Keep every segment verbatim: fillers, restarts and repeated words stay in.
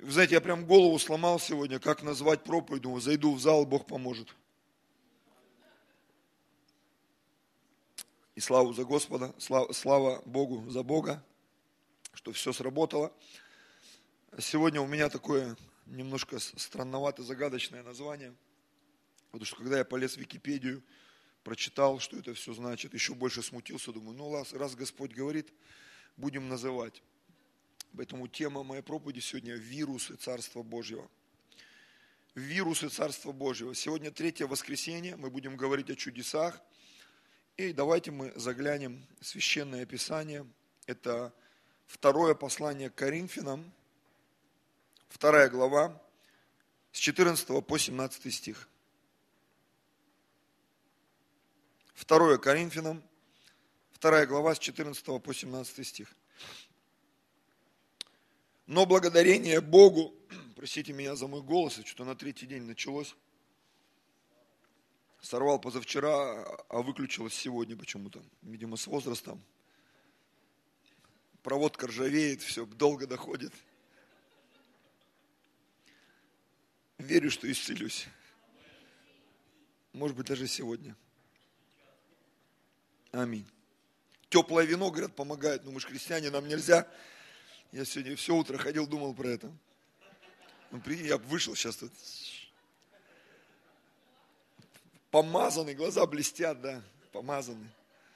Вы знаете, я прям голову сломал сегодня, как назвать проповедь. Думаю, зайду в зал, Бог поможет. И славу за Господа, слава, слава Богу за Бога, что все сработало. Сегодня у меня такое немножко странновато загадочное название, потому что когда я полез в Википедию, прочитал, что это все значит, еще больше смутился, думаю, ну раз Господь говорит, будем называть. Поэтому тема моей проповеди сегодня – вирусы Царства Божьего. Вирусы Царства Божьего. Сегодня третье воскресенье, мы будем говорить о чудесах. И давайте мы заглянем в Священное Писание. Это второе послание к Коринфянам, вторая глава, с четырнадцатого по семнадцатый стих. второе Коринфянам, вторая глава, с четырнадцатого по семнадцатый стих. Но благодарение Богу, простите меня за мой голос, что-то на третий день началось. Сорвал позавчера, а выключилось сегодня почему-то. Видимо, с возрастом. Проводка ржавеет, все долго доходит. Верю, что исцелюсь. Может быть, даже сегодня. Аминь. Теплое вино, говорят, помогает. Но мы же христиане, нам нельзя. Я сегодня все утро ходил, думал про это. Ну, прикинь, я вышел сейчас тут. Помазанный, глаза блестят, да, помазанный.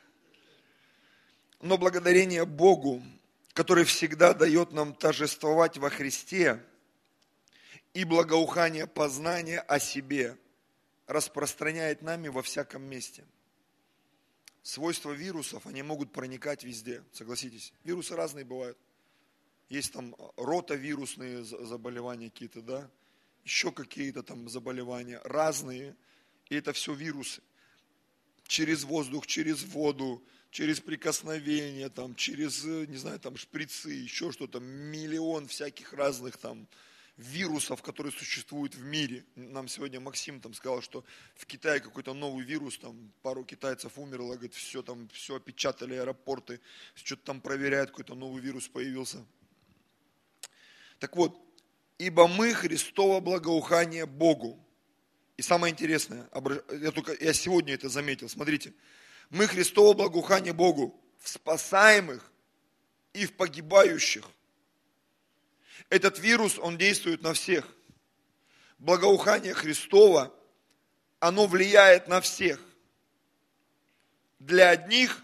Но благодарение Богу, который всегда дает нам торжествовать во Христе, и благоухание познания о себе распространяет нами во всяком месте. Свойства вирусов, они могут проникать везде, согласитесь. Вирусы разные бывают. Есть там ротавирусные заболевания какие-то, да, еще какие-то там заболевания, разные. И это все вирусы. Через воздух, через воду, через прикосновение, там, через, не знаю, там, шприцы, еще что-то, миллион всяких разных там вирусов, которые существуют в мире. Нам сегодня Максим там сказал, что в Китае какой-то новый вирус, там пару китайцев умерло, говорит, все там, все опечатали аэропорты, что-то там проверяют, какой-то новый вирус появился. Так вот, ибо мы Христово благоухание Богу. И самое интересное, я, только, я сегодня это заметил, смотрите, мы Христово благоухание Богу в спасаемых и в погибающих. Этот вирус, он действует на всех. Благоухание Христово, оно влияет на всех. Для одних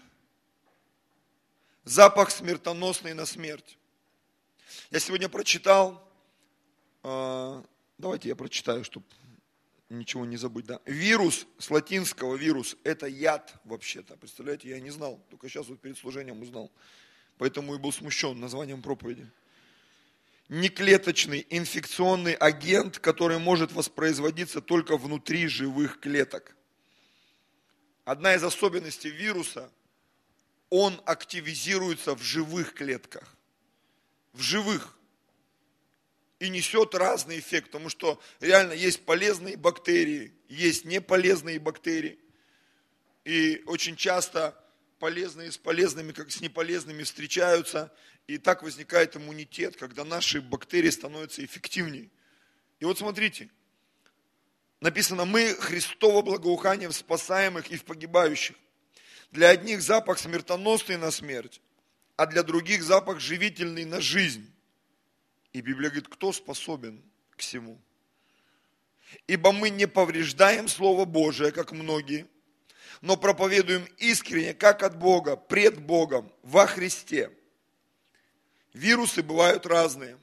запах смертоносный на смерть. Я сегодня прочитал, давайте я прочитаю, чтобы ничего не забыть, да. Вирус, с латинского вирус, это яд вообще-то, представляете, я не знал, только сейчас вот перед служением узнал, поэтому и был смущен названием проповеди. Неклеточный инфекционный агент, который может воспроизводиться только внутри живых клеток. Одна из особенностей вируса, он активизируется в живых клетках, в живых. И несет разный эффект, потому что реально есть полезные бактерии, есть неполезные бактерии. И очень часто полезные с полезными, как с неполезными встречаются, и так возникает иммунитет, когда наши бактерии становятся эффективнее. И вот смотрите, написано, мы Христово благоухание в спасаемых и в погибающих. Для одних запах смертоносный на смерть, а для других запах живительный на жизнь. И Библия говорит, кто способен к всему? Ибо мы не повреждаем Слово Божие, как многие, но проповедуем искренне, как от Бога, пред Богом, во Христе. Вирусы бывают разные.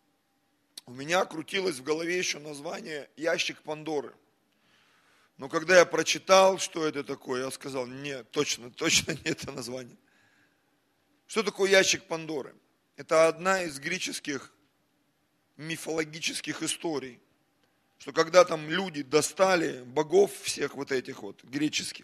У меня крутилось в голове еще название «Ящик Пандоры». Но когда я прочитал, что это такое, я сказал, нет, точно, точно не это название. Что такое ящик Пандоры? Это одна из греческих мифологических историй, что когда там люди достали богов всех вот этих вот греческих,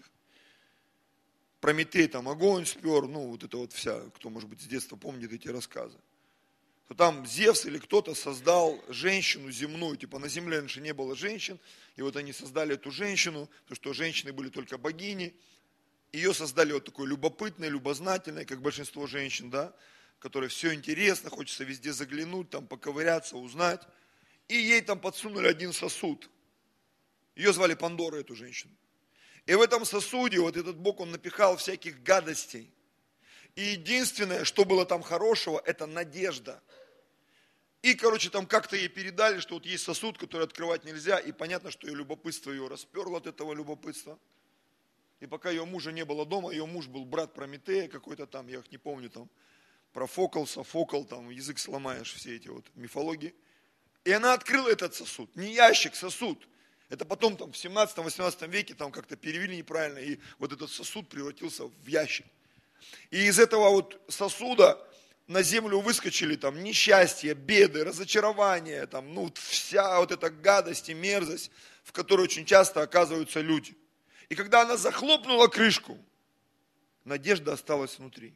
Прометей там огонь спер, ну вот это вот вся, кто может быть с детства помнит эти рассказы, то там Зевс или кто-то создал женщину земную, типа на земле раньше не было женщин, и вот они создали эту женщину, потому что женщины были только богини, ее создали вот такой любопытной, любознательной, как большинство женщин, да, которой все интересно, хочется везде заглянуть, там поковыряться, узнать. И ей там подсунули один сосуд. Ее звали Пандора, эту женщину. И в этом сосуде вот этот Бог, он напихал всяких гадостей. И единственное, что было там хорошего, это надежда. И, короче, там как-то ей передали, что вот есть сосуд, который открывать нельзя, и понятно, что ее любопытство ее расперло от этого любопытства. И пока ее мужа не было дома, ее муж был брат Прометея какой-то там, я их не помню, там, Профокл, Софокл, там, язык сломаешь, все эти вот мифологии. И она открыла этот сосуд, не ящик, сосуд. Это потом там в семнадцатом-восемнадцатом веке там как-то перевели неправильно, и вот этот сосуд превратился в ящик. И из этого вот сосуда на землю выскочили там несчастья, беды, разочарования, там, ну, вся вот эта гадость и мерзость, в которой очень часто оказываются люди. И когда она захлопнула крышку, надежда осталась внутри.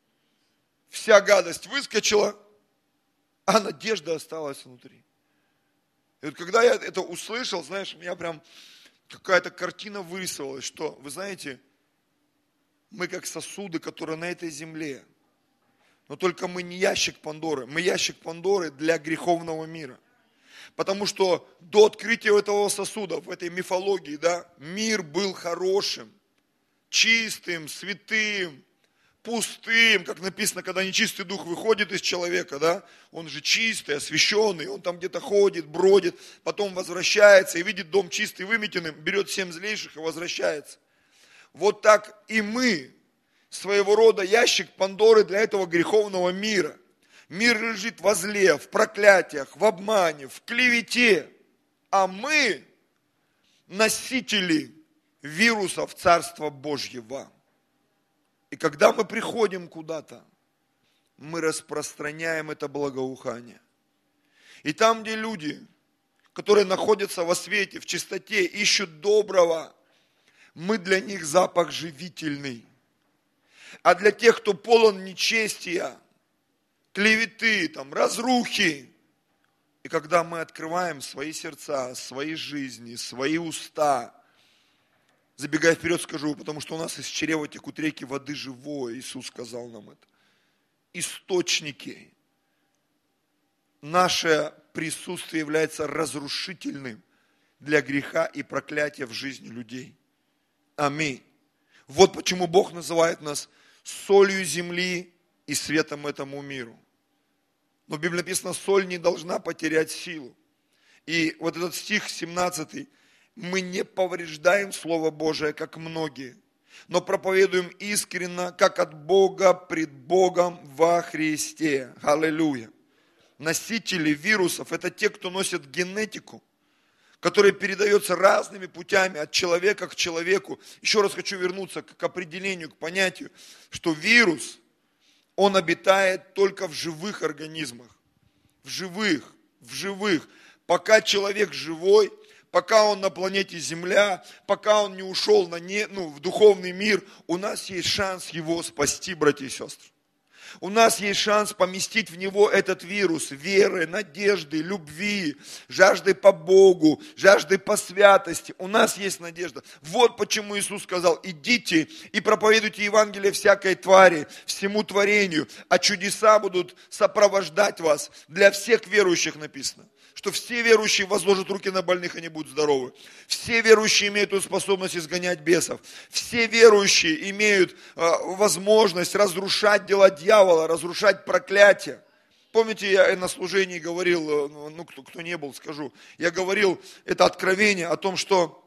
Вся гадость выскочила, а надежда осталась внутри. И вот когда я это услышал, знаешь, у меня прям какая-то картина вырисовалась, что, вы знаете, мы как сосуды, которые на этой земле, но только мы не ящик Пандоры, мы ящик Пандоры для греховного мира. Потому что до открытия этого сосуда, в этой мифологии, да, мир был хорошим, чистым, святым, пустым, как написано, когда нечистый дух выходит из человека, да, он же чистый, освященный, он там где-то ходит, бродит, потом возвращается и видит дом чистый, выметенным, берет семь злейших и возвращается. Вот так и мы, своего рода ящик Пандоры для этого греховного мира. Мир лежит во зле, в проклятиях, в обмане, в клевете, а мы носители вирусов Царства Божьего. И когда мы приходим куда-то, мы распространяем это благоухание. И там, где люди, которые находятся во свете, в чистоте, ищут доброго, мы для них запах живительный. А для тех, кто полон нечестия, клеветы, там, разрухи, и когда мы открываем свои сердца, свои жизни, свои уста, забегая вперед, скажу, потому что у нас из чрева текут реки воды живой, Иисус сказал нам это. Источники. Наше присутствие является разрушительным для греха и проклятия в жизни людей. Аминь. Вот почему Бог называет нас солью земли и светом этому миру. Но в Библии написано, соль не должна потерять силу. И вот этот стих семнадцатый, мы не повреждаем Слово Божие, как многие, но проповедуем искренно, как от Бога, пред Богом во Христе. Аллилуйя. Носители вирусов – это те, кто носят генетику, которая передается разными путями от человека к человеку. Еще раз хочу вернуться к определению, к понятию, что вирус, он обитает только в живых организмах. В живых, в живых. Пока человек живой, пока он на планете Земля, пока он не ушел на не, ну, в духовный мир, у нас есть шанс его спасти, братья и сестры. У нас есть шанс поместить в него этот вирус веры, надежды, любви, жажды по Богу, жажды по святости. У нас есть надежда. Вот почему Иисус сказал, идите и проповедуйте Евангелие всякой твари, всему творению, а чудеса будут сопровождать вас. Для всех верующих написано, что все верующие возложат руки на больных, они будут здоровы. Все верующие имеют эту способность изгонять бесов. Все верующие имеют э, возможность разрушать дела дьявола, разрушать проклятие. Помните, я на служении говорил, ну кто, кто не был, скажу, я говорил это откровение о том, что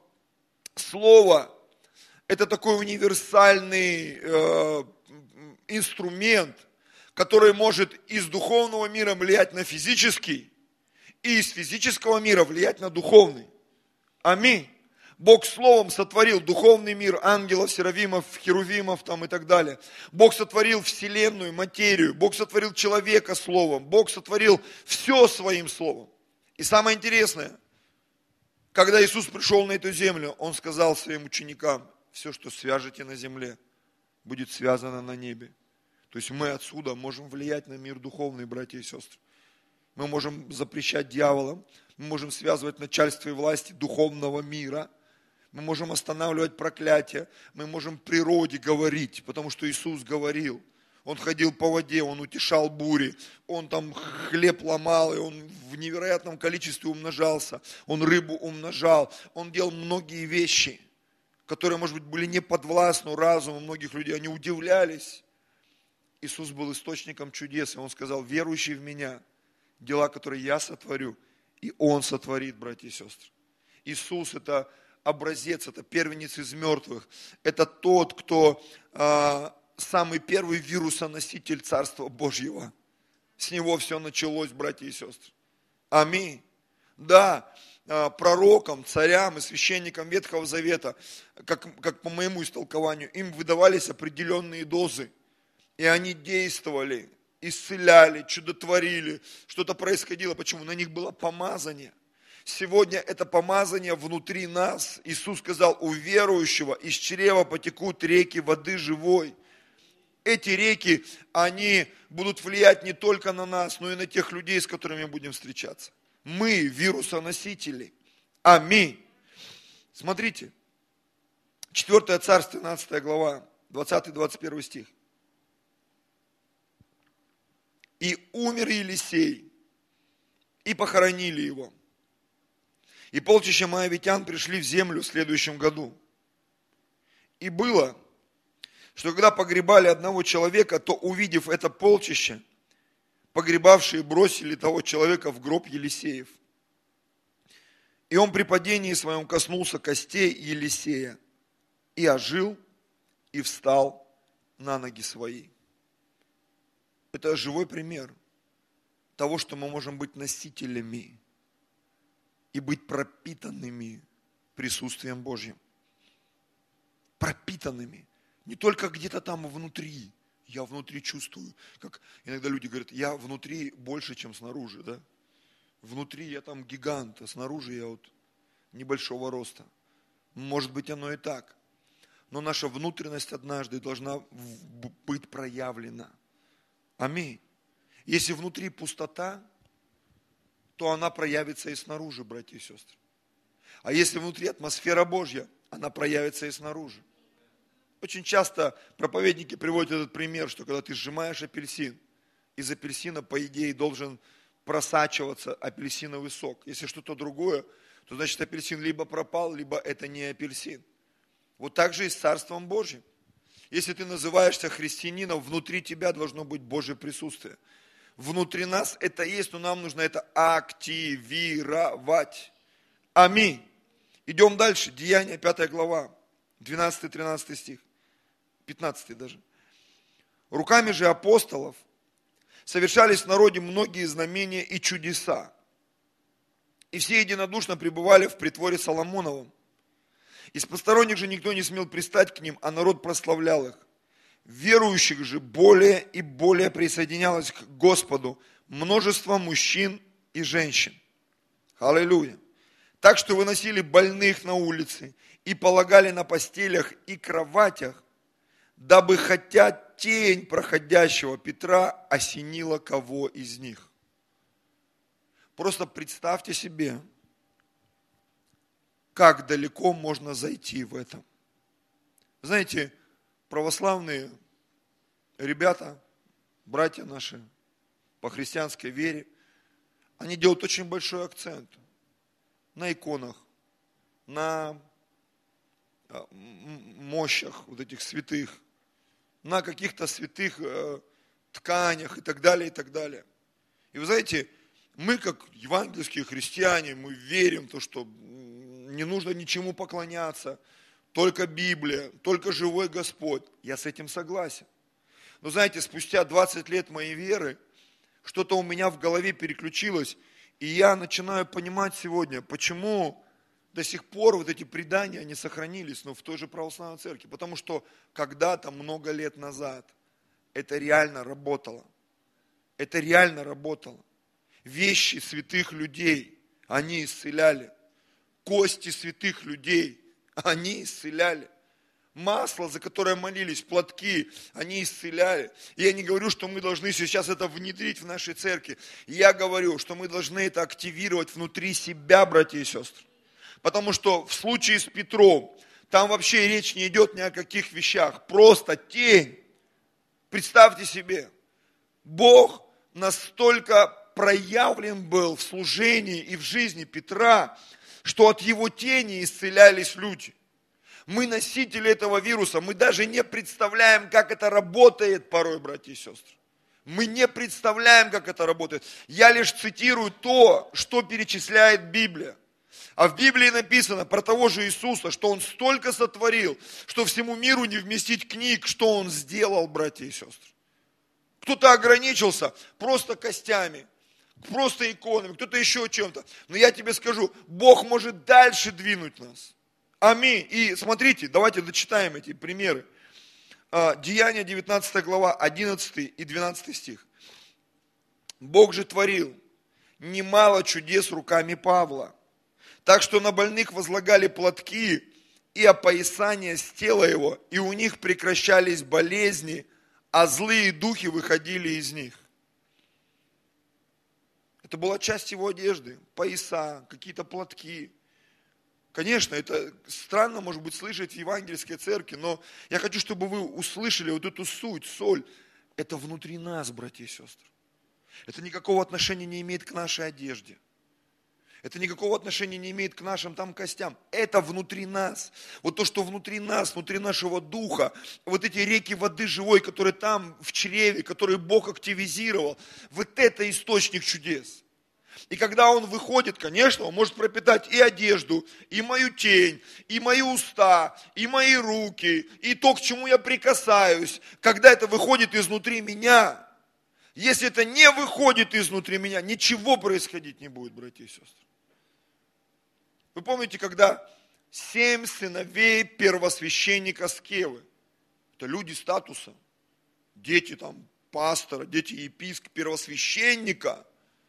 слово это такой универсальный э, инструмент, который может из духовного мира влиять на физический, и из физического мира влиять на духовный. Аминь. Бог словом сотворил духовный мир, ангелов, серафимов, херувимов там и так далее. Бог сотворил вселенную, материю. Бог сотворил человека словом. Бог сотворил все своим словом. И самое интересное, когда Иисус пришел на эту землю, Он сказал своим ученикам, все, что свяжете на земле, будет связано на небе. То есть мы отсюда можем влиять на мир духовный, братья и сестры. Мы можем запрещать дьяволам, мы можем связывать начальство и власти духовного мира, мы можем останавливать проклятие, мы можем природе говорить, потому что Иисус говорил. Он ходил по воде, он утешал бури, он там хлеб ломал, и он в невероятном количестве умножался. Он рыбу умножал, он делал многие вещи, которые, может быть, были не подвластны разуму многих людей. Они удивлялись. Иисус был источником чудес, и Он сказал: верующий в Меня, дела, которые я сотворю, и Он сотворит, братья и сестры. Иисус – это образец, это первенец из мертвых. Это тот, кто э, самый первый вирусоноситель Царства Божьего. С Него все началось, братья и сестры. Аминь. Да, э, пророкам, царям и священникам Ветхого Завета, как, как по моему истолкованию, им выдавались определенные дозы. И они действовали, исцеляли, чудотворили, что-то происходило. Почему? На них было помазание. Сегодня это помазание внутри нас. Иисус сказал: у верующего из чрева потекут реки воды живой. Эти реки, они будут влиять не только на нас, но и на тех людей, с которыми мы будем встречаться. Мы вирусоносители. Аминь. Смотрите, четвёртое Царств, тринадцатая глава, двадцатый-двадцать первый стих. И умер Елисей, и похоронили его. И полчища моавитян пришли в землю в следующем году. И было, что когда погребали одного человека, то, увидев это полчище, погребавшие бросили того человека в гроб Елисеев. И он при падении своем коснулся костей Елисея, и ожил, и встал на ноги свои. Это живой пример того, что мы можем быть носителями и быть пропитанными присутствием Божьим. Пропитанными. Не только где-то там внутри. Я внутри чувствую. Как иногда люди говорят: я внутри больше, чем снаружи. Да? Внутри я там гигант, а снаружи я вот небольшого роста. Может быть, оно и так. Но наша внутренность однажды должна быть проявлена. Аминь. Если внутри пустота, то она проявится и снаружи, братья и сестры. А если внутри атмосфера Божья, она проявится и снаружи. Очень часто проповедники приводят этот пример, что когда ты сжимаешь апельсин, из апельсина, по идее, должен просачиваться апельсиновый сок. Если что-то другое, то значит апельсин либо пропал, либо это не апельсин. Вот так же и с Царством Божьим. Если ты называешься христианином, внутри тебя должно быть Божье присутствие. Внутри нас это есть, но нам нужно это активировать. Аминь. Идем дальше. Деяния, пятая глава, двенадцатый-тринадцатый стих, пятнадцатый даже. Руками же апостолов совершались в народе многие знамения и чудеса. И все единодушно пребывали в притворе Соломоновом. Из посторонних же никто не смел пристать к ним, а народ прославлял их. Верующих же более и более присоединялось к Господу множество мужчин и женщин. Аллилуйя. Так что выносили больных на улицы и полагали на постелях и кроватях, дабы хотя тень проходящего Петра осенила кого из них. Просто представьте себе, как далеко можно зайти в этом. Знаете, православные ребята, братья наши по христианской вере, они делают очень большой акцент на иконах, на мощах вот этих святых, на каких-то святых тканях и так далее, и так далее. И вы знаете, мы как евангельские христиане, мы верим в то, что не нужно ничему поклоняться, только Библия, только живой Господь. Я с этим согласен. Но знаете, спустя двадцать лет моей веры, что-то у меня в голове переключилось, и я начинаю понимать сегодня, почему до сих пор вот эти предания, они сохранились, но в той же православной церкви. Потому что когда-то, много лет назад, это реально работало. Это реально работало. Вещи святых людей, они исцеляли. Кости святых людей, они исцеляли. Масло, за которое молились, платки, они исцеляли. И я не говорю, что мы должны сейчас это внедрить в нашей церкви. Я говорю, что мы должны это активировать внутри себя, братья и сестры. Потому что в случае с Петром, там вообще речь не идет ни о каких вещах. Просто тень. Представьте себе, Бог настолько проявлен был в служении и в жизни Петра, что от его тени исцелялись люди. Мы носители этого вируса, мы даже не представляем, как это работает порой, братья и сестры. Мы не представляем, как это работает. Я лишь цитирую то, что перечисляет Библия. А в Библии написано про того же Иисуса, что Он столько сотворил, что всему миру не вместить книг, что Он сделал, братья и сестры. Кто-то ограничился просто костями, просто иконами, кто-то еще чем-то. Но я тебе скажу, Бог может дальше двинуть нас. Аминь. И смотрите, давайте дочитаем эти примеры. Деяния девятнадцатая глава, одиннадцатый и двенадцатый стих. Бог же творил немало чудес руками Павла, так что на больных возлагали платки и опоясания с тела его, и у них прекращались болезни, а злые духи выходили из них. Это была часть его одежды, пояса, какие-то платки. Конечно, это странно, может быть, слышать в евангельской церкви, но я хочу, чтобы вы услышали вот эту суть, соль. Это внутри нас, братья и сестры. Это никакого отношения не имеет к нашей одежде. Это никакого отношения не имеет к нашим там костям. Это внутри нас. Вот то, что внутри нас, внутри нашего духа, вот эти реки воды живой, которые там в чреве, которые Бог активизировал, вот это источник чудес. И когда он выходит, конечно, он может пропитать и одежду, и мою тень, и мои уста, и мои руки, и то, к чему я прикасаюсь. Когда это выходит изнутри меня, если это не выходит изнутри меня, ничего происходить не будет, братья и сестры. Вы помните, когда семь сыновей первосвященника Скевы, это люди статуса, дети там пастора, дети епископа, первосвященника,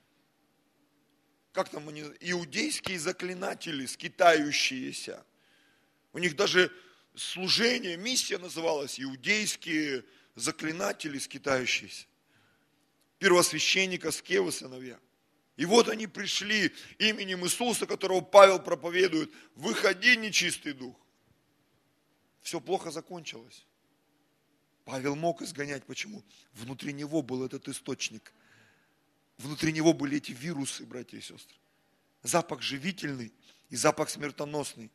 как там они, иудейские заклинатели, скитающиеся. У них даже служение, миссия называлась иудейские заклинатели, скитающиеся. Первосвященника Скевы сыновья. И вот они пришли именем Иисуса, которого Павел проповедует. Выходи, нечистый дух. Все плохо закончилось. Павел мог изгонять. Почему? Внутри него был этот источник. Внутри него были эти вирусы, братья и сестры. Запах живительный и запах смертоносный.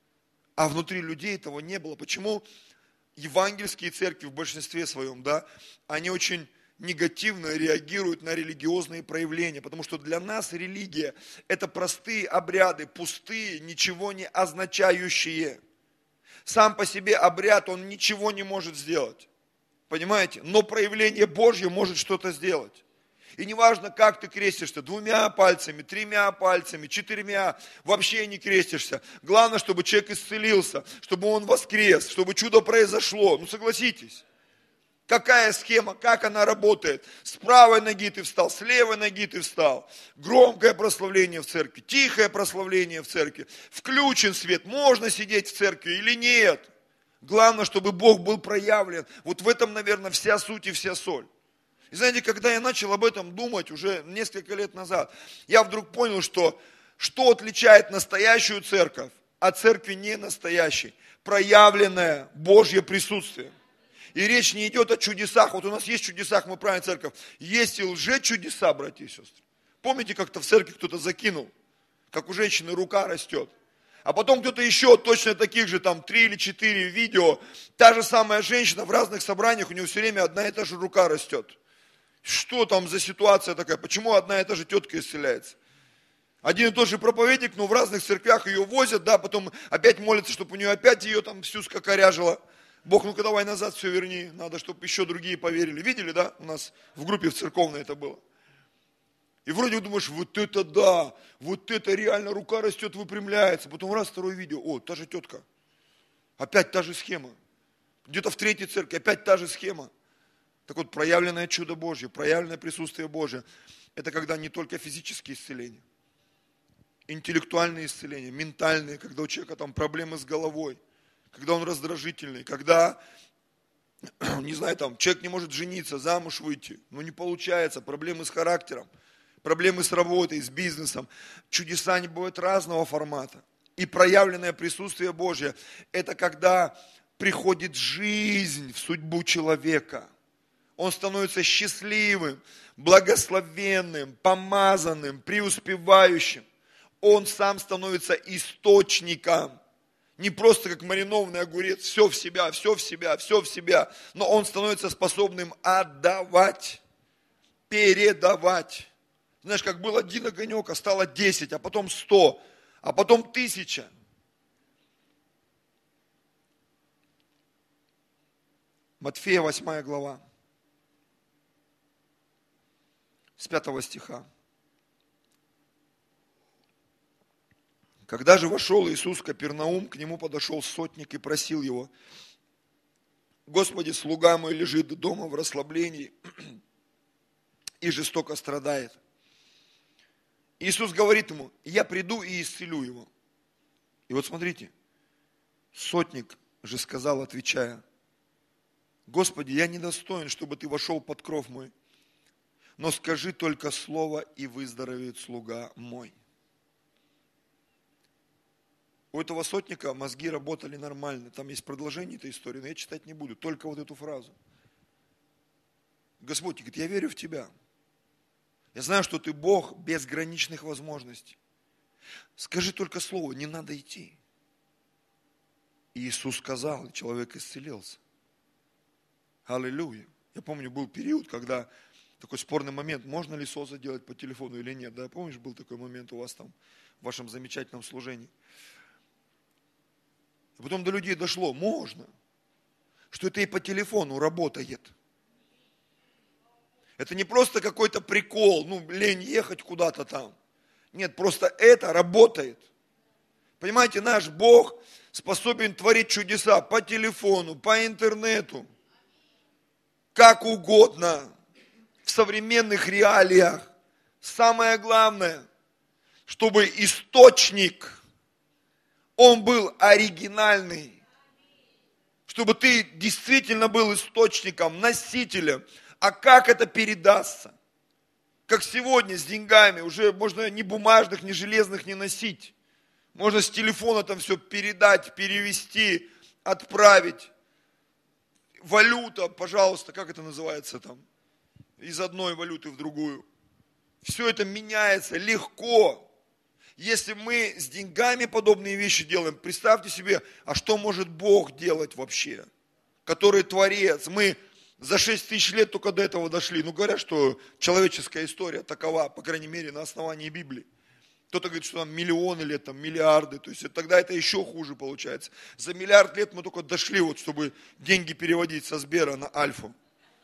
А внутри людей этого не было. Почему евангельские церкви в большинстве своем, да, они очень негативно реагируют на религиозные проявления, потому что для нас религия – это простые обряды, пустые, ничего не означающие. Сам по себе обряд, он ничего не может сделать, понимаете? Но проявление Божье может что-то сделать. И неважно, как ты крестишься, двумя пальцами, тремя пальцами, четырьмя, вообще не крестишься. Главное, чтобы человек исцелился, чтобы он воскрес, чтобы чудо произошло. Ну согласитесь. Какая схема, как она работает? С правой ноги ты встал, с левой ноги ты встал. Громкое прославление в церкви, тихое прославление в церкви. Включен свет, можно сидеть в церкви или нет. Главное, чтобы Бог был проявлен. Вот в этом, наверное, вся суть и вся соль. И знаете, когда я начал об этом думать уже несколько лет назад, я вдруг понял, что что отличает настоящую церковь от церкви не настоящей? Проявленное Божье присутствие. И речь не идет о чудесах. Вот у нас есть чудесах, мы правильно церковь. Есть и лже-чудеса, братья и сестры. Помните, как-то в церкви кто-то закинул, как у женщины рука растет. А потом кто-то еще, точно таких же, там, три или четыре видео, та же самая женщина в разных собраниях, у нее все время одна и та же рука растет. Что там за ситуация такая? Почему одна и та же тетка исцеляется? Один и тот же проповедник, но в разных церквях ее возят, да, потом опять молятся, чтобы у нее опять ее там всю скокоряжило. Бог, ну-ка давай назад все верни, надо, чтобы еще другие поверили. Видели, да? У нас в группе в церковной это было. И вроде думаешь, вот это да, вот это реально рука растет, выпрямляется. Потом раз, второе видео, о, та же тетка. Опять та же схема. Где-то в третьей церкви опять та же схема. Так вот, проявленное чудо Божье, проявленное присутствие Божье, это когда не только физические исцеления, интеллектуальные исцеления, ментальные, когда у человека там проблемы с головой, когда он раздражительный, когда, не знаю, там, человек не может жениться, замуж выйти, но не получается, проблемы с характером, проблемы с работой, с бизнесом. Чудеса не бывают разного формата. И проявленное присутствие Божье, это когда приходит жизнь в судьбу человека. Он становится счастливым, благословенным, помазанным, преуспевающим. Он сам становится источником. Не просто как маринованный огурец, все в себя, все в себя, все в себя. Но он становится способным отдавать, передавать. Знаешь, как был один огонек, а стало десять, а потом сто, а потом тысяча. Матфея восьмая глава, с пятого стиха. Когда же вошел Иисус в Капернаум, к нему подошел сотник и просил его: Господи, слуга мой лежит дома в расслаблении и жестоко страдает. Иисус говорит ему: я приду и исцелю его. И вот смотрите, сотник же сказал, отвечая: Господи, я недостоин, чтобы ты вошел под кров мой, но скажи только слово, и выздоровеет слуга мой. У этого сотника мозги работали нормально. Там есть продолжение этой истории, но я читать не буду, только вот эту фразу. Господь говорит: я верю в Тебя. Я знаю, что Ты Бог безграничных возможностей. Скажи только слово, не надо идти. И Иисус сказал, и человек исцелился. Аллилуйя. Я помню, был период, когда такой спорный момент, можно ли СОЗа делать по телефону или нет. Да, помнишь, был такой момент у вас там, в вашем замечательном служении. И потом до людей дошло, можно, что это и по телефону работает. Это не просто какой-то прикол, ну, лень ехать куда-то там. Нет, просто это работает. Понимаете, наш Бог способен творить чудеса по телефону, по интернету, как угодно, в современных реалиях. Самое главное, чтобы источник, он был оригинальный. Чтобы ты действительно был источником, носителем. А как это передастся? Как сегодня с деньгами, уже можно ни бумажных, ни железных не носить. Можно с телефона там все передать, перевести, отправить. Валюта, пожалуйста, как это называется там? Из одной валюты в другую. Все это меняется легко. Если мы с деньгами подобные вещи делаем, представьте себе, а что может Бог делать вообще? Который творец. Мы за шесть тысяч лет только до этого дошли. Ну, говорят, что человеческая история такова, по крайней мере, на основании Библии. Кто-то говорит, что там миллионы лет, там миллиарды. То есть тогда это еще хуже получается. За миллиард лет мы только дошли, вот, чтобы деньги переводить со Сбера на Альфу.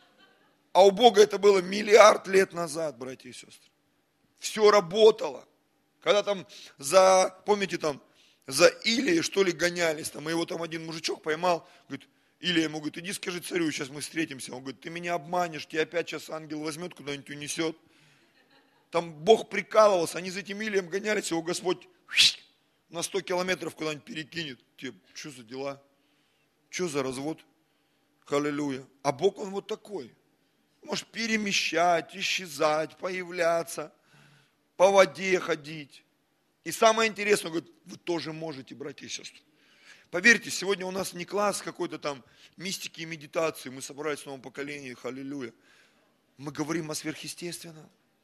А у Бога это было миллиард лет назад, братья и сестры. Все работало. Когда там за, помните, там за Илией, что ли, гонялись, там, и его там один мужичок поймал, говорит, Илия ему говорит, иди скажи царю, сейчас мы встретимся. Он говорит, ты меня обманешь, тебя опять сейчас ангел возьмет, куда-нибудь унесет. Там Бог прикалывался, они за этим Илием гонялись, его Господь на сто километров куда-нибудь перекинет. Тебе, что за дела? Что за развод? Аллилуйя. А Бог, он вот такой. Может перемещать, исчезать, появляться, по воде ходить. И самое интересное, он говорит, вы тоже можете, братья и сестры. Поверьте, сегодня у нас не класс какой-то там мистики и медитации, мы собрались в новом поколении, аллилуйя. Мы говорим о сверхъестественном,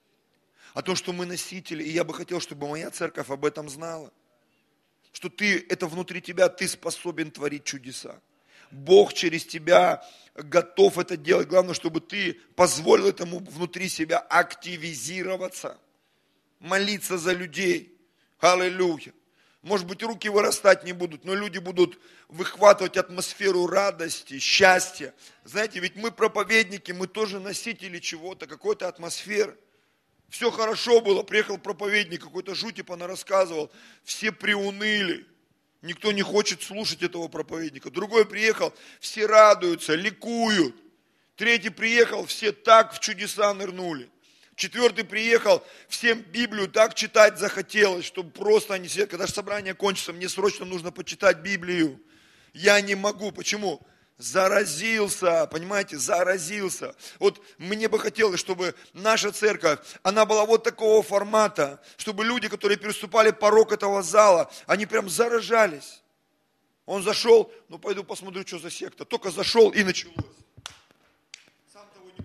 о том, что мы носители, и я бы хотел, чтобы моя церковь об этом знала. Что ты, это внутри тебя, ты способен творить чудеса. Бог через тебя готов это делать. Главное, чтобы ты позволил этому внутри себя активизироваться. Молиться за людей. Аллилуйя. Может быть, руки вырастать не будут, но люди будут выхватывать атмосферу радости, счастья. Знаете, ведь мы проповедники, мы тоже носители чего-то, какой-то атмосферы. Все хорошо было, приехал проповедник, какой-то жути понарассказывал, все приуныли. Никто не хочет слушать этого проповедника. Другой приехал, все радуются, ликуют. Третий приехал, все так в чудеса нырнули. Четвертый приехал, всем Библию так читать захотелось, чтобы просто они сидят. Когда же собрание кончится, мне срочно нужно почитать Библию. Я не могу. Почему? Заразился, понимаете, заразился. Вот мне бы хотелось, чтобы наша церковь, она была вот такого формата, чтобы люди, которые переступали порог этого зала, они прям заражались. Он зашел, ну пойду посмотрю, что за секта. Только зашел и началось. Сам того не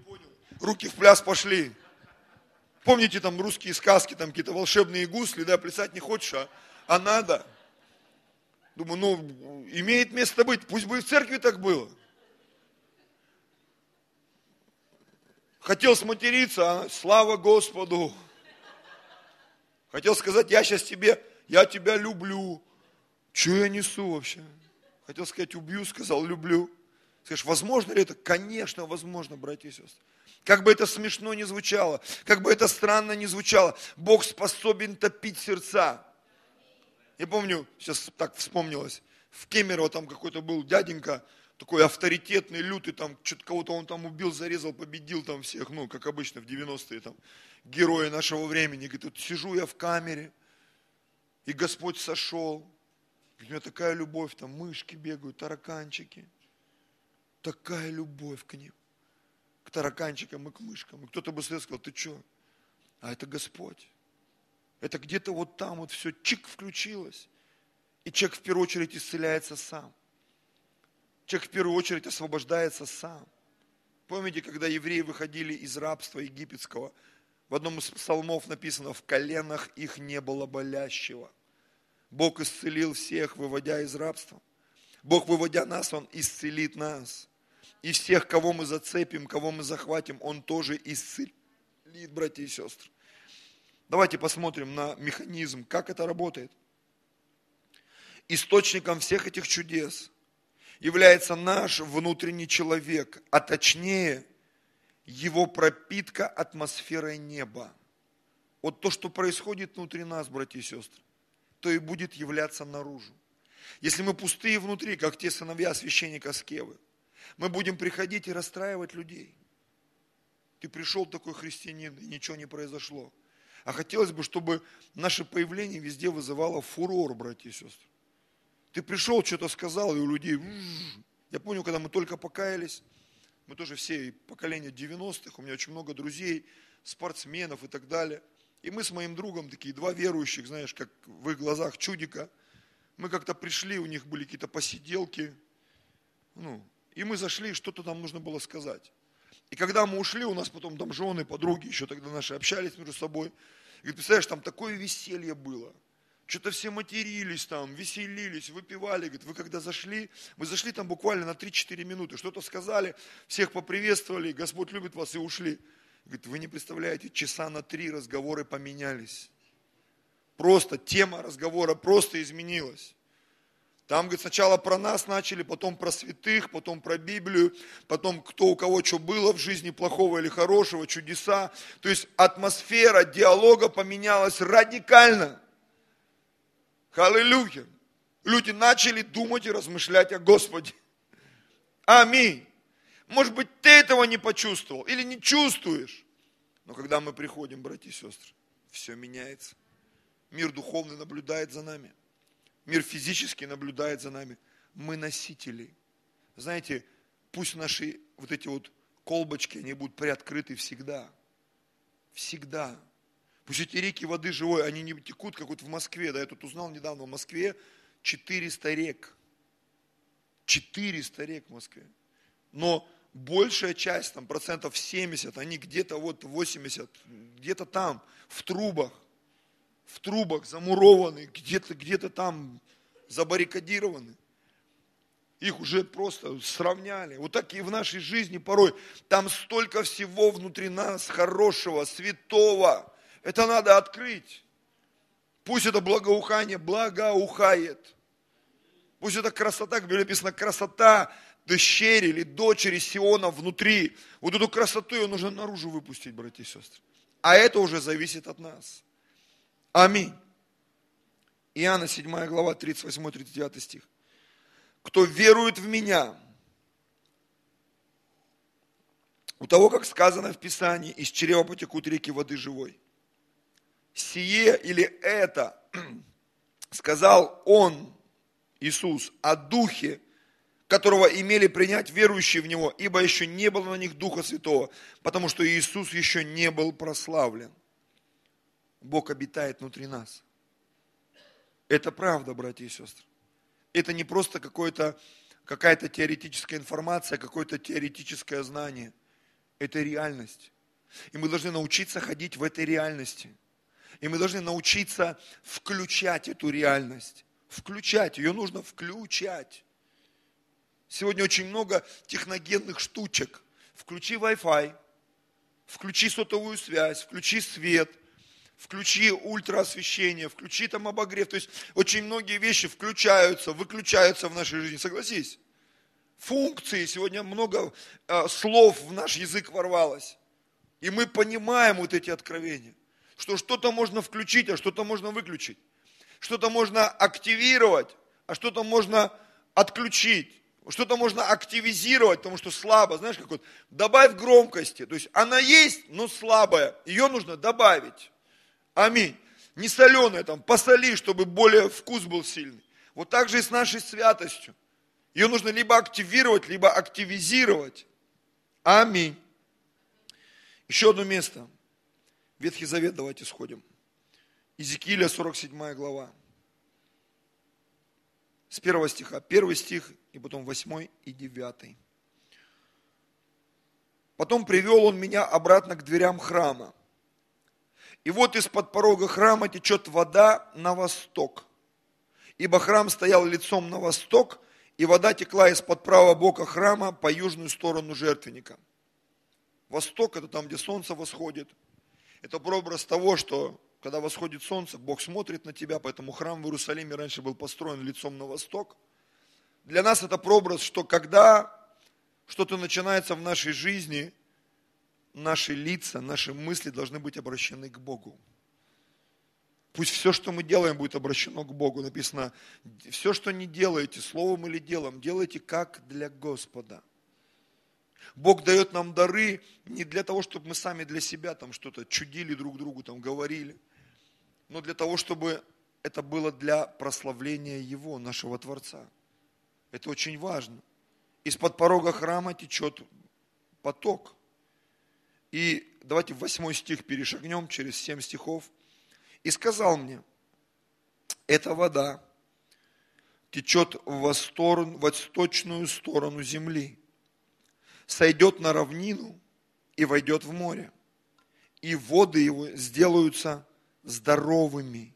руки в пляс пошли. Помните там русские сказки, там какие-то волшебные гусли, да, плясать не хочешь, а, а надо. Думаю, ну, имеет место быть, пусть бы и в церкви так было. Хотел сматериться, а слава Господу. Хотел сказать, я сейчас тебе, я тебя люблю. Что я несу вообще? Хотел сказать, убью, сказал, люблю. Скажешь, возможно ли это? Конечно, возможно, братья и сестры. Как бы это смешно ни звучало, как бы это странно ни звучало, Бог способен топить сердца. Я помню, сейчас так вспомнилось, в Кемерово там какой-то был дяденька, такой авторитетный, лютый, там, что-то кого-то он там убил, зарезал, победил там всех, ну, как обычно в девяностые, там, герои нашего времени. Говорит, вот сижу я в камере, и Господь сошел. У меня такая любовь, там мышки бегают, тараканчики. Такая любовь к ним. К тараканчикам и к мышкам. И кто-то бы сказал, ты что? А это Господь. Это где-то вот там вот все чик включилось. И человек в первую очередь исцеляется сам. Человек в первую очередь освобождается сам. Помните, когда евреи выходили из рабства египетского, в одном из псалмов написано, в коленах их не было болящего. Бог исцелил всех, выводя из рабства. Бог, выводя нас, Он исцелит нас. И всех, кого мы зацепим, кого мы захватим, Он тоже исцелит, братья и сестры. Давайте посмотрим на механизм, как это работает. Источником всех этих чудес является наш внутренний человек, а точнее, его пропитка атмосферой неба. Вот то, что происходит внутри нас, братья и сестры, то и будет являться наружу. Если мы пустые внутри, как те сыновья священника Скевы, мы будем приходить и расстраивать людей. Ты пришел такой христианин, и ничего не произошло. А хотелось бы, чтобы наше появление везде вызывало фурор, братья и сестры. Ты пришел, что-то сказал, и у людей... Я помню, когда мы только покаялись, мы тоже все поколение девяностых, у меня очень много друзей, спортсменов и так далее. И мы с моим другом, такие два верующих, знаешь, как в их глазах чудика, мы как-то пришли, у них были какие-то посиделки, ну, и мы зашли, что-то нам нужно было сказать. И когда мы ушли, у нас потом там жены, подруги, еще тогда наши общались между собой. И говорит, представляешь, там такое веселье было. Что-то все матерились там, веселились, выпивали. Говорит, вы когда зашли, мы зашли там буквально на три-четыре минуты, что-то сказали, всех поприветствовали, Господь любит вас, и ушли. Говорит, вы не представляете, часа на три разговоры поменялись. Просто тема разговора просто изменилась. Там, говорит, сначала про нас начали, потом про святых, потом про Библию, потом кто у кого что было в жизни, плохого или хорошего, чудеса. То есть атмосфера диалога поменялась радикально. Аллилуйя. Люди начали думать и размышлять о Господе. Аминь. Может быть, ты этого не почувствовал или не чувствуешь. Но когда мы приходим, братья и сестры, все меняется. Мир духовный наблюдает за нами. Мир физически наблюдает за нами. Мы носители. Знаете, пусть наши вот эти вот колбочки, они будут приоткрыты всегда. Всегда. Пусть эти реки воды живой, они не текут, как вот в Москве. Да, я тут узнал недавно, в Москве четыреста рек. четыреста рек в Москве. Но большая часть, там процентов семьдесят, они где-то вот восемьдесят, где-то там, в трубах. В трубах замурованы, где-то где-то там забаррикадированы. Их уже просто сравняли. Вот так и в нашей жизни порой. Там столько всего внутри нас хорошего, святого. Это надо открыть. Пусть это благоухание благоухает. Пусть это красота, как написано, красота дщери или дочери Сиона внутри. Вот эту красоту ее нужно наружу выпустить, братья и сестры. А это уже зависит от нас. Аминь. Иоанна седьмая глава, тридцать восьмой тридцать девятый стих. Кто верует в меня, у того, как сказано в Писании, из чрева потекут реки воды живой. Сие или это сказал Он, Иисус, о Духе, которого имели принять верующие в Него, ибо еще не было на них Духа Святого, потому что Иисус еще не был прославлен. Бог обитает внутри нас. Это правда, братья и сестры. Это не просто какое-то, какая-то теоретическая информация, какое-то теоретическое знание. Это реальность. И мы должны научиться ходить в этой реальности. И мы должны научиться включать эту реальность. Включать, ее нужно включать. Сегодня очень много техногенных штучек. Включи Wi-Fi, включи сотовую связь, включи свет, включи ультраосвещение, включи там обогрев. То есть очень многие вещи включаются, выключаются в нашей жизни, согласись. Функции, сегодня много э, слов в наш язык ворвалось. И мы понимаем вот эти откровения, что что-то можно включить, а что-то можно выключить. Что-то можно активировать, а что-то можно отключить. Что-то можно активизировать, потому что слабо, знаешь, как вот, добавь громкости. То есть она есть, но слабая, ее нужно добавить. Аминь. Не соленая, там, посоли, чтобы более вкус был сильный. Вот так же и с нашей святостью. Ее нужно либо активировать, либо активизировать. Аминь. Еще одно место. Ветхий Завет, давайте сходим. Иезекииля, сорок седьмая глава. С первого стиха. Первый стих, и потом восьмой и девятый. Потом привел он меня обратно к дверям храма. И вот из-под порога храма течет вода на восток. Ибо храм стоял лицом на восток, и вода текла из-под правого бока храма по южную сторону жертвенника. Восток – это там, где солнце восходит. Это прообраз того, что когда восходит солнце, Бог смотрит на тебя, поэтому храм в Иерусалиме раньше был построен лицом на восток. Для нас это прообраз, что когда что-то начинается в нашей жизни, наши лица, наши мысли должны быть обращены к Богу. Пусть все, что мы делаем, будет обращено к Богу. Написано, все, что не делаете, словом или делом, делайте как для Господа. Бог дает нам дары не для того, чтобы мы сами для себя там что-то чудили друг другу, там говорили, но для того, чтобы это было для прославления Его, нашего Творца. Это очень важно. Из-под порога храма течет поток. И давайте в восьмой стих перешагнем через семь стихов. И сказал мне, эта вода течет в восточную сторону земли, сойдет на равнину и войдет в море, и воды его сделаются здоровыми.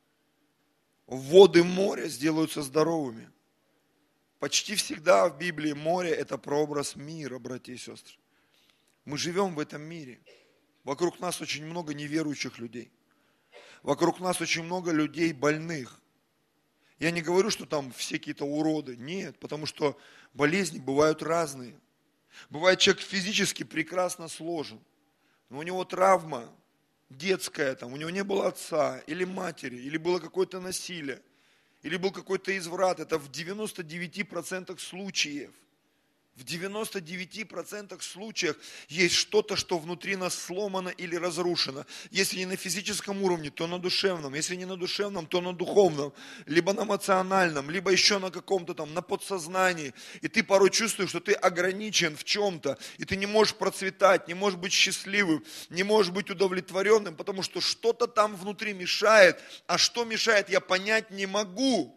Воды моря сделаются здоровыми. Почти всегда в Библии море – это прообраз мира, братья и сестры. Мы живем в этом мире. Вокруг нас очень много неверующих людей. Вокруг нас очень много людей больных. Я не говорю, что там все какие-то уроды. Нет, потому что болезни бывают разные. Бывает, человек физически прекрасно сложен, но у него травма детская, там, у него не было отца или матери, или было какое-то насилие, или был какой-то изврат. Это в девяноста девяти процентах случаев. В девяноста девяти процентах случаев есть что-то, что внутри нас сломано или разрушено. Если не на физическом уровне, то на душевном. Если не на душевном, то на духовном. Либо на эмоциональном, либо еще на каком-то там, на подсознании. И ты порой чувствуешь, что ты ограничен в чем-то. И ты не можешь процветать, не можешь быть счастливым, не можешь быть удовлетворенным, потому что что-то там внутри мешает. А что мешает, я понять не могу.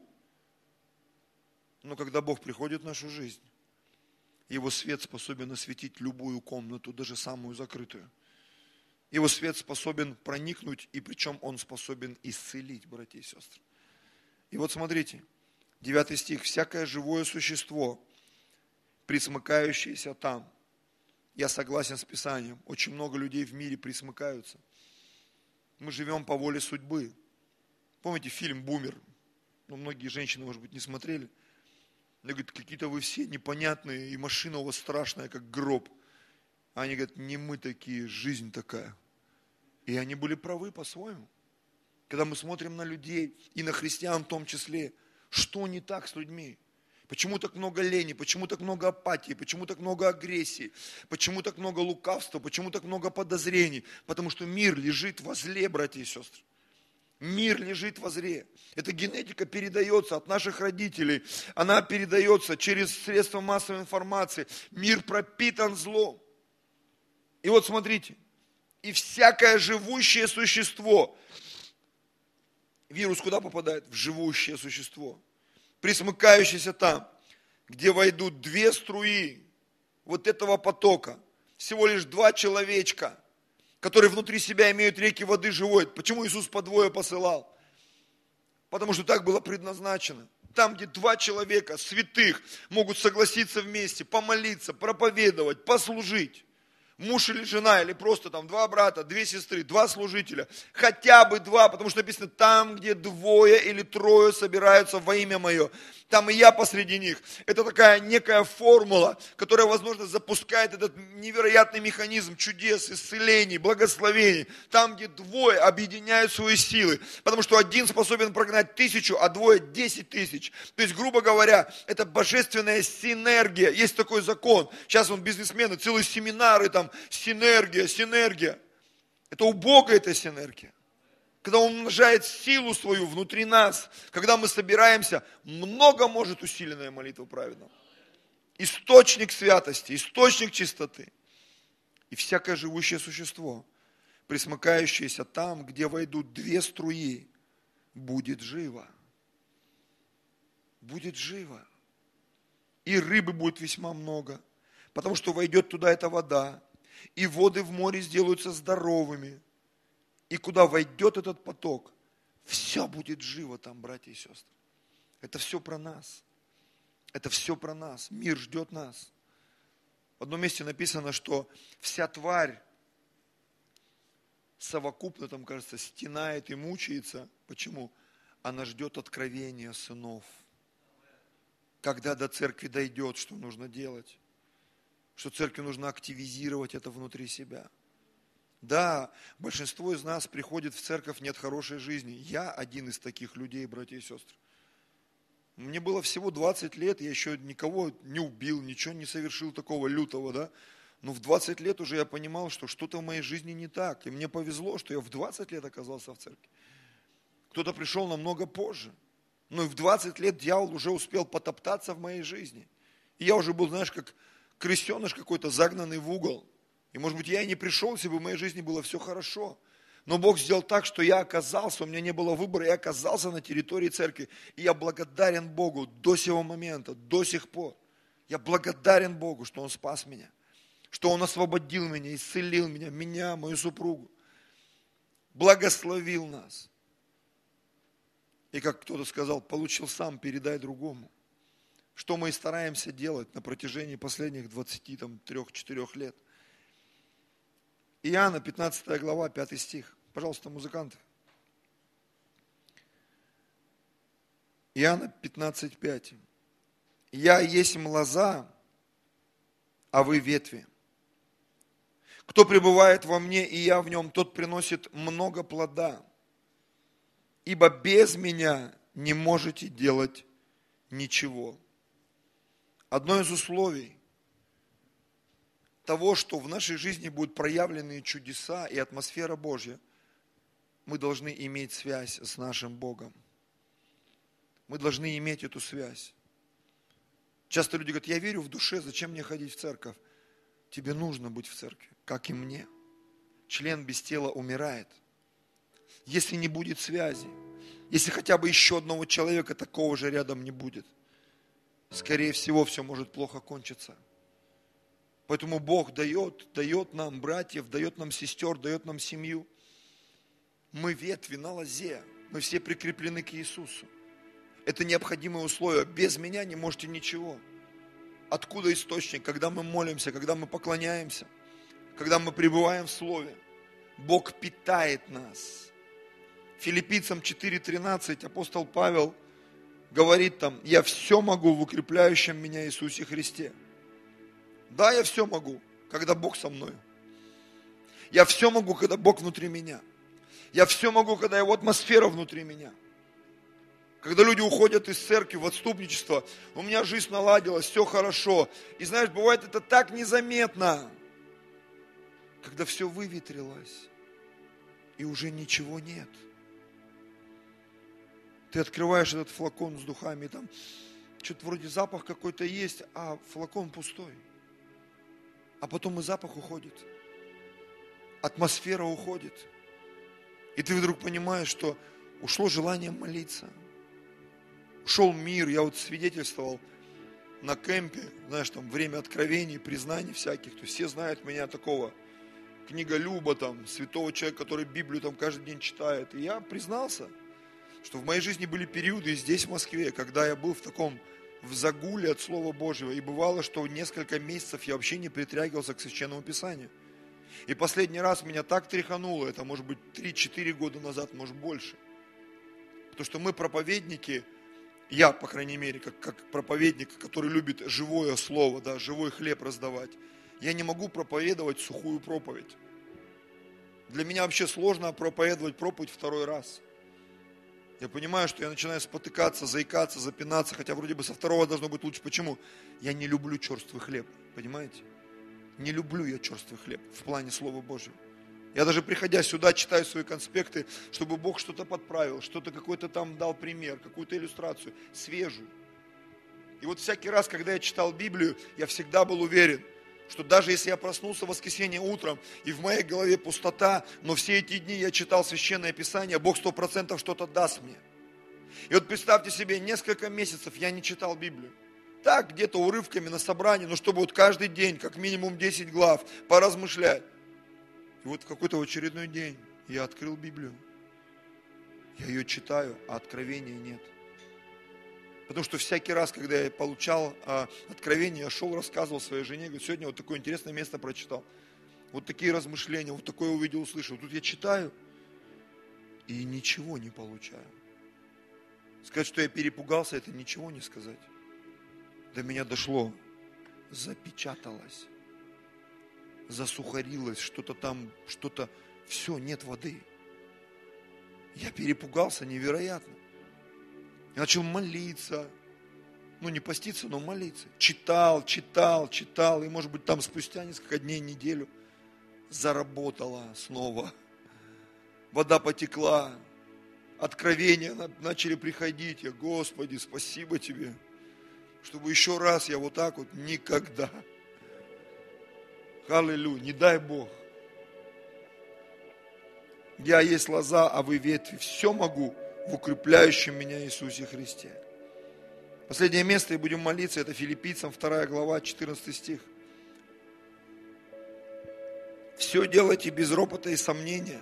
Но когда Бог приходит в нашу жизнь, Его свет способен осветить любую комнату, даже самую закрытую. Его свет способен проникнуть, и причем он способен исцелить, братья и сестры. И вот смотрите, девятый стих. «Всякое живое существо, присмыкающееся там». Я согласен с Писанием. Очень много людей в мире присмыкаются. Мы живем по воле судьбы. Помните фильм «Бумер»? Ну, многие женщины, может быть, не смотрели. Они говорят, какие-то вы все непонятные, и машина у вас страшная, как гроб. А они говорят, не мы такие, жизнь такая. И они были правы по-своему. Когда мы смотрим на людей, и на христиан в том числе, что не так с людьми? Почему так много лени, почему так много апатии, почему так много агрессии, почему так много лукавства, почему так много подозрений? Потому что мир лежит возле, братья и сестры. Мир лежит возле. Эта генетика передается от наших родителей. Она передается через средства массовой информации. Мир пропитан злом. И вот смотрите. И всякое живущее существо. Вирус куда попадает? В живущее существо. Присмыкающееся там, где войдут две струи вот этого потока. всего лишь два человечка, которые внутри себя имеют реки воды живой. Почему Иисус по двое посылал? Потому что так было предназначено. Там, где два человека, святых, могут согласиться вместе, помолиться, проповедовать, послужить. Муж или жена, или просто там два брата, две сестры, два служителя. Хотя бы два, потому что написано, там, где двое или трое собираются во имя мое, там и я посреди них. Это такая некая формула, которая, возможно, запускает этот невероятный механизм чудес, исцелений, благословений. Там, где двое объединяют свои силы. Потому что один способен прогнать тысячу, а двое десять тысяч. То есть, грубо говоря, это божественная синергия. Есть такой закон. Сейчас он бизнесмены, целые семинары там, синергия, синергия. Это у Бога эта синергия. Когда Он умножает силу свою внутри нас, когда мы собираемся, много может усиленная молитва праведного. Источник святости, источник чистоты. И всякое живущее существо, пресмыкающееся там, где войдут две струи, будет живо. Будет живо. И рыбы будет весьма много, потому что войдет туда эта вода, и воды в море сделаются здоровыми. И куда войдет этот поток, все будет живо там, братья и сестры. Это все про нас. Это все про нас. Мир ждет нас. В одном месте написано, что вся тварь совокупно, там, кажется, стенает и мучается. Почему? Она ждет откровения сынов. Когда до церкви дойдет, что нужно делать. Что церкви нужно активизировать это внутри себя. Да, большинство из нас приходит в церковь, нет хорошей жизни. Я один из таких людей, братья и сестры. Мне было всего двадцать лет, я еще никого не убил, ничего не совершил такого лютого, да. Но в двадцать лет уже я понимал, что что-то в моей жизни не так. И мне повезло, что я в двадцать лет оказался в церкви. Кто-то пришел намного позже. Но и в двадцать лет дьявол уже успел потоптаться в моей жизни. И я уже был, знаешь, как крысеныш какой-то, загнанный в угол. И, может быть, я и не пришел, если бы в моей жизни было все хорошо. Но Бог сделал так, что я оказался, у меня не было выбора, я оказался на территории церкви. И я благодарен Богу до сего момента, до сих пор. Я благодарен Богу, что Он спас меня, что Он освободил меня, исцелил меня, меня, мою супругу. Благословил нас. И как кто-то сказал, получил сам, передай другому. Что мы и стараемся делать на протяжении последних двадцати трёх-четырёх лет. Иоанна, пятнадцатая глава, пятый стих. Пожалуйста, музыканты. Иоанна пятнадцать, пять. «Я есть лоза, а вы ветви. Кто пребывает во мне, и я в нем, тот приносит много плода. Ибо без меня не можете делать ничего». Одно из условий того, что в нашей жизни будут проявлены чудеса и атмосфера Божья, мы должны иметь связь с нашим Богом. Мы должны иметь эту связь. Часто люди говорят, я верю в душе, зачем мне ходить в церковь? Тебе нужно быть в церкви, как и мне. Член без тела умирает. Если не будет связи, если хотя бы еще одного человека такого же рядом не будет, скорее всего, все может плохо кончиться. Поэтому Бог дает, дает нам братьев, дает нам сестер, дает нам семью. Мы ветви на лозе, мы все прикреплены к Иисусу. Это необходимое условие. Без меня не можете ничего. Откуда источник? Когда мы молимся, когда мы поклоняемся, когда мы пребываем в Слове, Бог питает нас. Филиппийцам четыре тринадцать апостол Павел говорит там, я все могу в укрепляющем меня Иисусе Христе. Да, я все могу, когда Бог со мной. Я все могу, когда Бог внутри меня. Я все могу, когда Его атмосфера внутри меня. Когда люди уходят из церкви в отступничество, у меня жизнь наладилась, все хорошо. И знаешь, бывает это так незаметно, когда все выветрилось, и уже ничего нет. Ты открываешь этот флакон с духами, и там что-то вроде запах какой-то есть, а флакон пустой. А потом и запах уходит. Атмосфера уходит. И ты вдруг понимаешь, что ушло желание молиться. Ушел мир. Я вот свидетельствовал на кемпе, знаешь, там время откровений, признаний всяких. То есть все знают меня такого книголюба, там, святого человека, который Библию там каждый день читает. И я признался, что в моей жизни были периоды здесь, в Москве, когда я был в таком, в загуле от Слова Божьего. И бывало, что несколько месяцев я вообще не притрагивался к Священному Писанию. И последний раз меня так тряхануло, это может быть три-четыре года назад, может больше. Потому что мы проповедники, я, по крайней мере, как, как проповедник, который любит живое слово, да, живой хлеб раздавать, я не могу проповедовать сухую проповедь. Для меня вообще сложно проповедовать проповедь второй раз. Я понимаю, что я начинаю спотыкаться, заикаться, запинаться, хотя вроде бы со второго должно быть лучше. Почему? Я не люблю черствый хлеб, понимаете? Не люблю я черствый хлеб в плане Слова Божьего. Я даже приходя сюда читаю свои конспекты, чтобы Бог что-то подправил, что-то какой-то там дал пример, какую-то иллюстрацию, свежую. И вот всякий раз, когда я читал Библию, я всегда был уверен, что даже если я проснулся в воскресенье утром, и в моей голове пустота, но все эти дни я читал Священное Писание, Бог сто процентов что-то даст мне. И вот представьте себе, несколько месяцев я не читал Библию. Так, где-то урывками на собрании, но чтобы вот каждый день, как минимум десять глав, поразмышлять. И вот в какой-то очередной день я открыл Библию. Я ее читаю, а откровения нет. Потому что всякий раз, когда я получал а, откровение, я шел, рассказывал своей жене, говорю, сегодня вот такое интересное место прочитал. Вот такие размышления, вот такое увидел, услышал. Тут я читаю и ничего не получаю. Сказать, что я перепугался, это ничего не сказать. До меня дошло, запечаталось, засухарилось, что-то там, что-то, все, нет воды. Я перепугался невероятно. Я начал молиться, ну не поститься, но молиться. Читал, читал, читал, и может быть там спустя несколько дней, неделю заработала снова. Вода потекла, откровения начали приходить. Я, Господи, спасибо Тебе. Чтобы еще раз я вот так вот никогда. Аллилуйя, не дай Бог. Я есть лоза, а вы ветви. Все могу в укрепляющем меня Иисусе Христе. Последнее место, и будем молиться, это Филиппийцам, вторая глава, четырнадцатый стих. Все делайте без ропота и сомнения.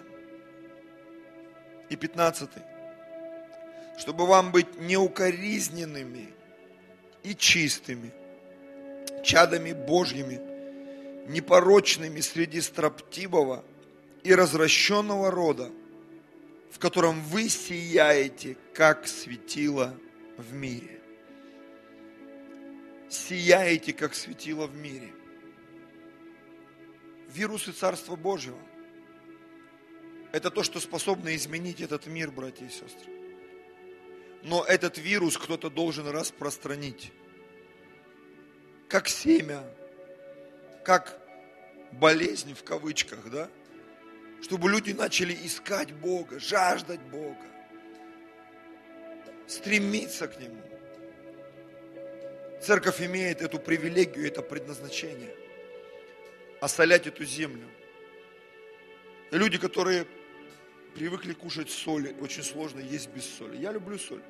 И пятнадцатый. Чтобы вам быть неукоризненными и чистыми, чадами Божьими, непорочными среди строптивого и развращенного рода, в котором вы сияете, как светило в мире. Сияете, как светило в мире. Вирусы Царства Божьего – это то, что способно изменить этот мир, братья и сестры. Но этот вирус кто-то должен распространить. Как семя, как болезнь в кавычках, да? Чтобы люди начали искать Бога, жаждать Бога, стремиться к Нему. Церковь имеет эту привилегию, это предназначение. Осолять эту землю. И люди, которые привыкли кушать соль, очень сложно есть без соли. Я люблю соль.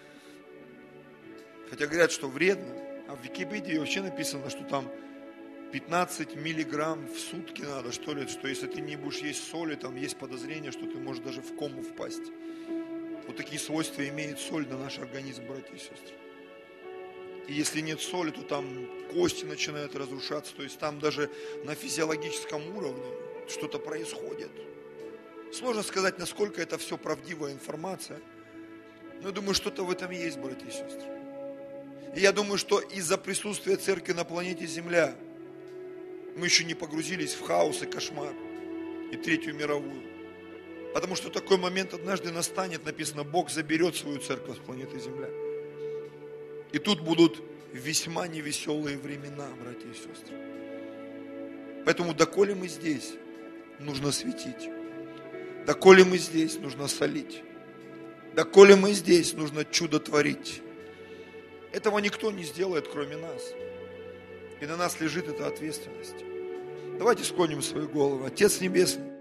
Хотя говорят, что вредно. А в Википедии вообще написано, что там пятнадцать миллиграмм в сутки надо, что ли, что если ты не будешь есть соли, там есть подозрение, что ты можешь даже в кому впасть. Вот такие свойства имеет соль на наш организм, братья и сестры. И если нет соли, то там кости начинают разрушаться, то есть там даже на физиологическом уровне что-то происходит. Сложно сказать, насколько это все правдивая информация, но я думаю, что-то в этом есть, братья и сестры. И я думаю, что из-за присутствия церкви на планете Земля мы еще не погрузились в хаос и кошмар, и Третью мировую. Потому что такой момент однажды настанет, написано, Бог заберет свою церковь с планеты Земля. И тут будут весьма невеселые времена, братья и сестры. Поэтому, доколе мы здесь, нужно светить. Доколе мы здесь, нужно солить. Доколе мы здесь, нужно чудо творить. Этого никто не сделает, кроме нас. И на нас лежит эта ответственность. Давайте склоним свои головы. Отец Небесный,